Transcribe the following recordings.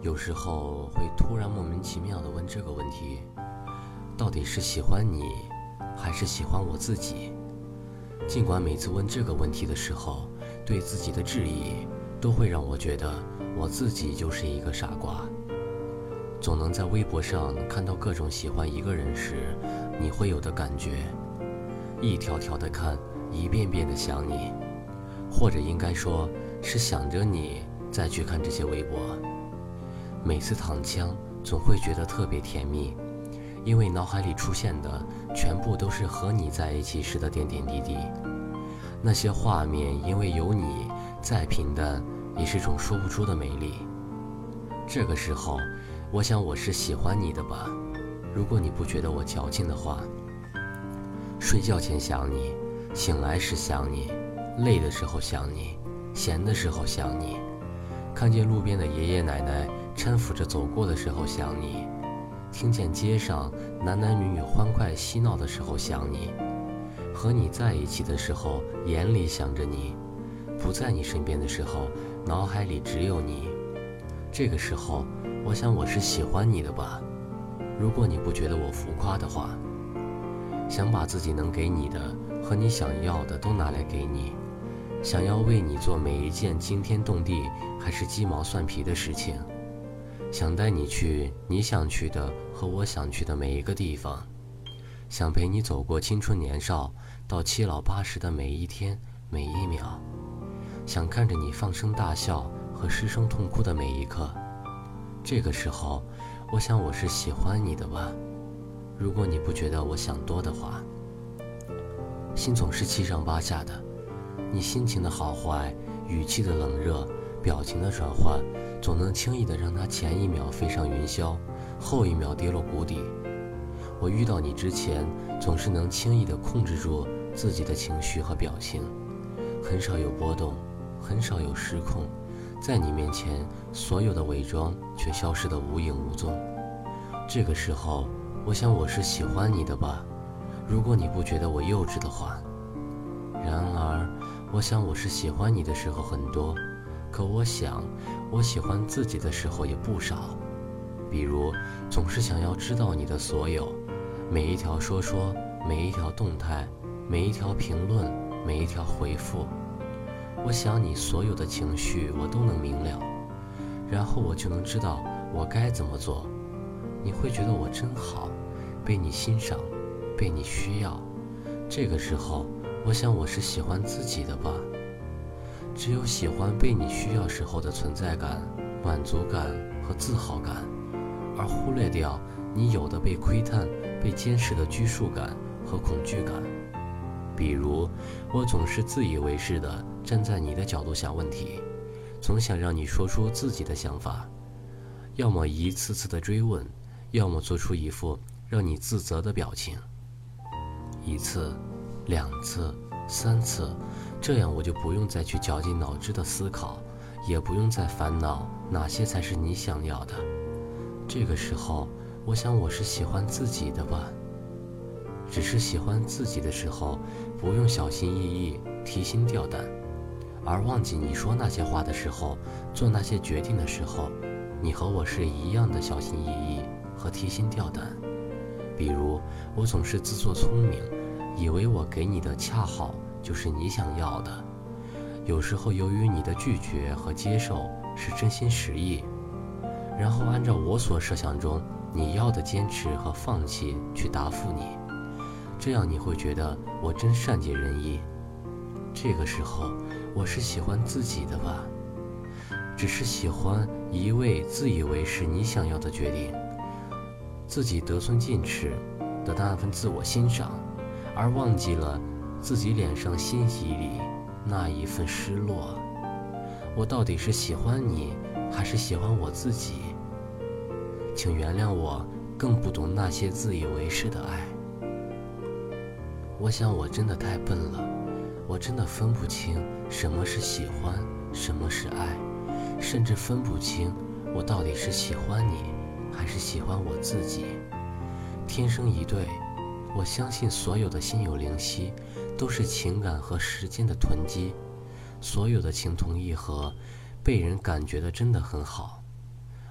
有时候会突然莫名其妙地问这个问题：到底是喜欢你，还是喜欢我自己？尽管每次问这个问题的时候，对自己的质疑都会让我觉得我自己就是一个傻瓜。总能在微博上看到各种喜欢一个人时你会有的感觉，一条条的看，一遍遍的想你，或者应该说是想着你再去看这些微博。每次躺枪总会觉得特别甜蜜，因为脑海里出现的全部都是和你在一起时的点点滴滴。那些画面因为有你，再平淡也是种说不出的美丽。这个时候我想我是喜欢你的吧，如果你不觉得我矫情的话。睡觉前想你，醒来时想你，累的时候想你，闲的时候想你，看见路边的爷爷奶奶搀扶着走过的时候想你，听见街上男男女女欢快嬉闹的时候想你，和你在一起的时候眼里想着你，不在你身边的时候脑海里只有你。这个时候我想我是喜欢你的吧，如果你不觉得我浮夸的话。想把自己能给你的和你想要的都拿来给你，想要为你做每一件惊天动地还是鸡毛蒜皮的事情，想带你去你想去的和我想去的每一个地方，想陪你走过青春年少到七老八十的每一天每一秒，想看着你放声大笑和失声痛哭的每一刻。这个时候我想我是喜欢你的吧，如果你不觉得我想多的话。心总是七上八下的，你心情的好坏，语气的冷热，表情的转换，总能轻易的让它前一秒飞上云霄，后一秒跌落谷底。我遇到你之前总是能轻易的控制住自己的情绪和表情，很少有波动，很少有失控，在你面前所有的伪装却消失得无影无踪。这个时候我想我是喜欢你的吧，如果你不觉得我幼稚的话。然而我想我是喜欢你的时候很多，可我想我喜欢自己的时候也不少。比如总是想要知道你的所有，每一条说说，每一条动态，每一条评论，每一条回复。我想你所有的情绪我都能明了，然后我就能知道我该怎么做。你会觉得我真好，被你欣赏，被你需要。这个时候我想我是喜欢自己的吧。只有喜欢被你需要时候的存在感、满足感和自豪感，而忽略掉你有的被窥探、被监视的拘束感和恐惧感。比如我总是自以为是地站在你的角度想问题，总想让你说出自己的想法，要么一次次的追问，要么做出一副让你自责的表情。一次、两次、三次，这样我就不用再去绞尽脑汁的思考，也不用再烦恼哪些才是你想要的。这个时候我想我是喜欢自己的吧。只是喜欢自己的时候不用小心翼翼、提心吊胆，而忘记你说那些话的时候，做那些决定的时候，你和我是一样的小心翼翼和提心吊胆。比如我总是自作聪明，以为我给你的恰好就是你想要的，有时候由于你的拒绝和接受是真心实意，然后按照我所设想中你要的坚持和放弃去答复你，这样你会觉得我真善解人意。这个时候我是喜欢自己的吧，只是喜欢一味自以为是你想要的决定，自己得寸进尺的那份自我欣赏，而忘记了自己脸上欣喜里那一份失落。我到底是喜欢你，还是喜欢我自己？请原谅我更不懂那些自以为是的爱。我想我真的太笨了，我真的分不清什么是喜欢，什么是爱，甚至分不清我到底是喜欢你，还是喜欢我自己。天生一对，我相信所有的心有灵犀都是情感和时间的囤积，所有的情同意合被人感觉的真的很好。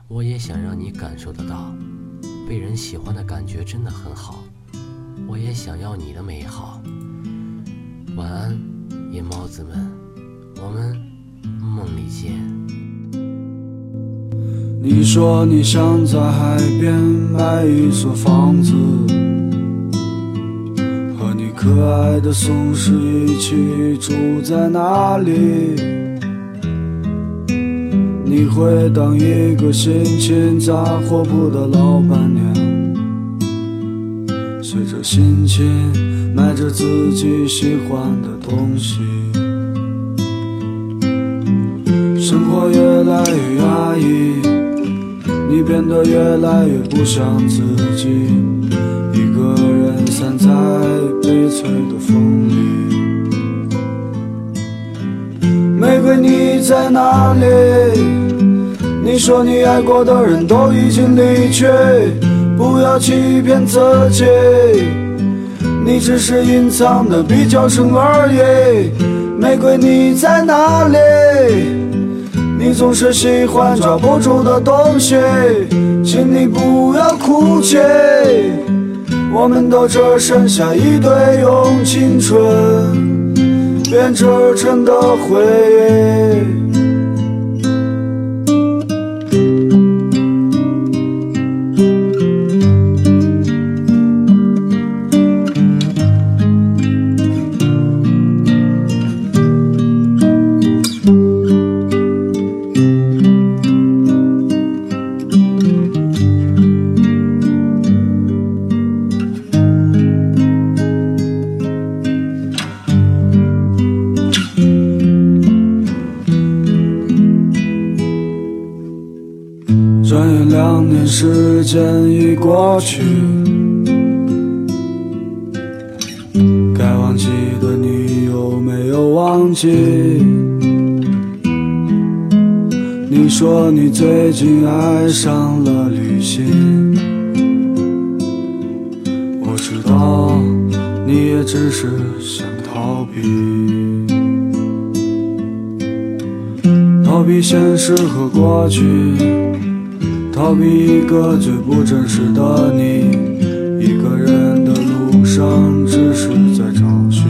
我也想让你感受得到，被人喜欢的感觉真的很好。我也想要你的美好。晚安，夜猫子们，我们梦里见。 你说你想在海边买一所房子，和你可爱的松狮一起住在那里。你会当一个心情杂货铺的老板娘，随着心情买着自己喜欢的东西。生活越来越压抑，你变得越来越不像自己，一个人散在悲催的风里。玫瑰你在哪里？你说你爱过的人都已经离去，不要欺骗自己，你只是隐藏的比较深而已。玫瑰你在哪里？你总是喜欢抓不住的东西，请你不要哭泣，我们都只剩下一堆用青春编织成的回忆。转眼2年时间已过去，该忘记的你有没有忘记？你说你最近爱上了旅行，我知道你也只是想逃避现实和过去，逃避一个最不真实的你，一个人的路上只是在找寻。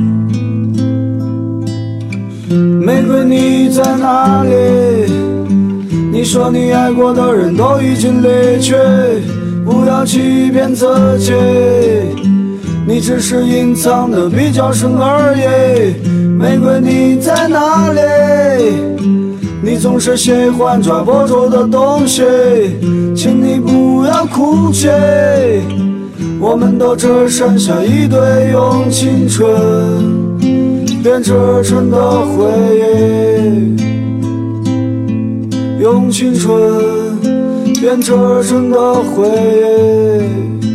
玫瑰你在哪里？你说你爱过的人都已经离去，不要欺骗自己，你只是隐藏的比较深而已。玫瑰你在哪里？你总是喜欢抓不住的东西，请你不要哭泣，我们都只剩下一堆用青春编织成的回忆，用青春编织成的回忆。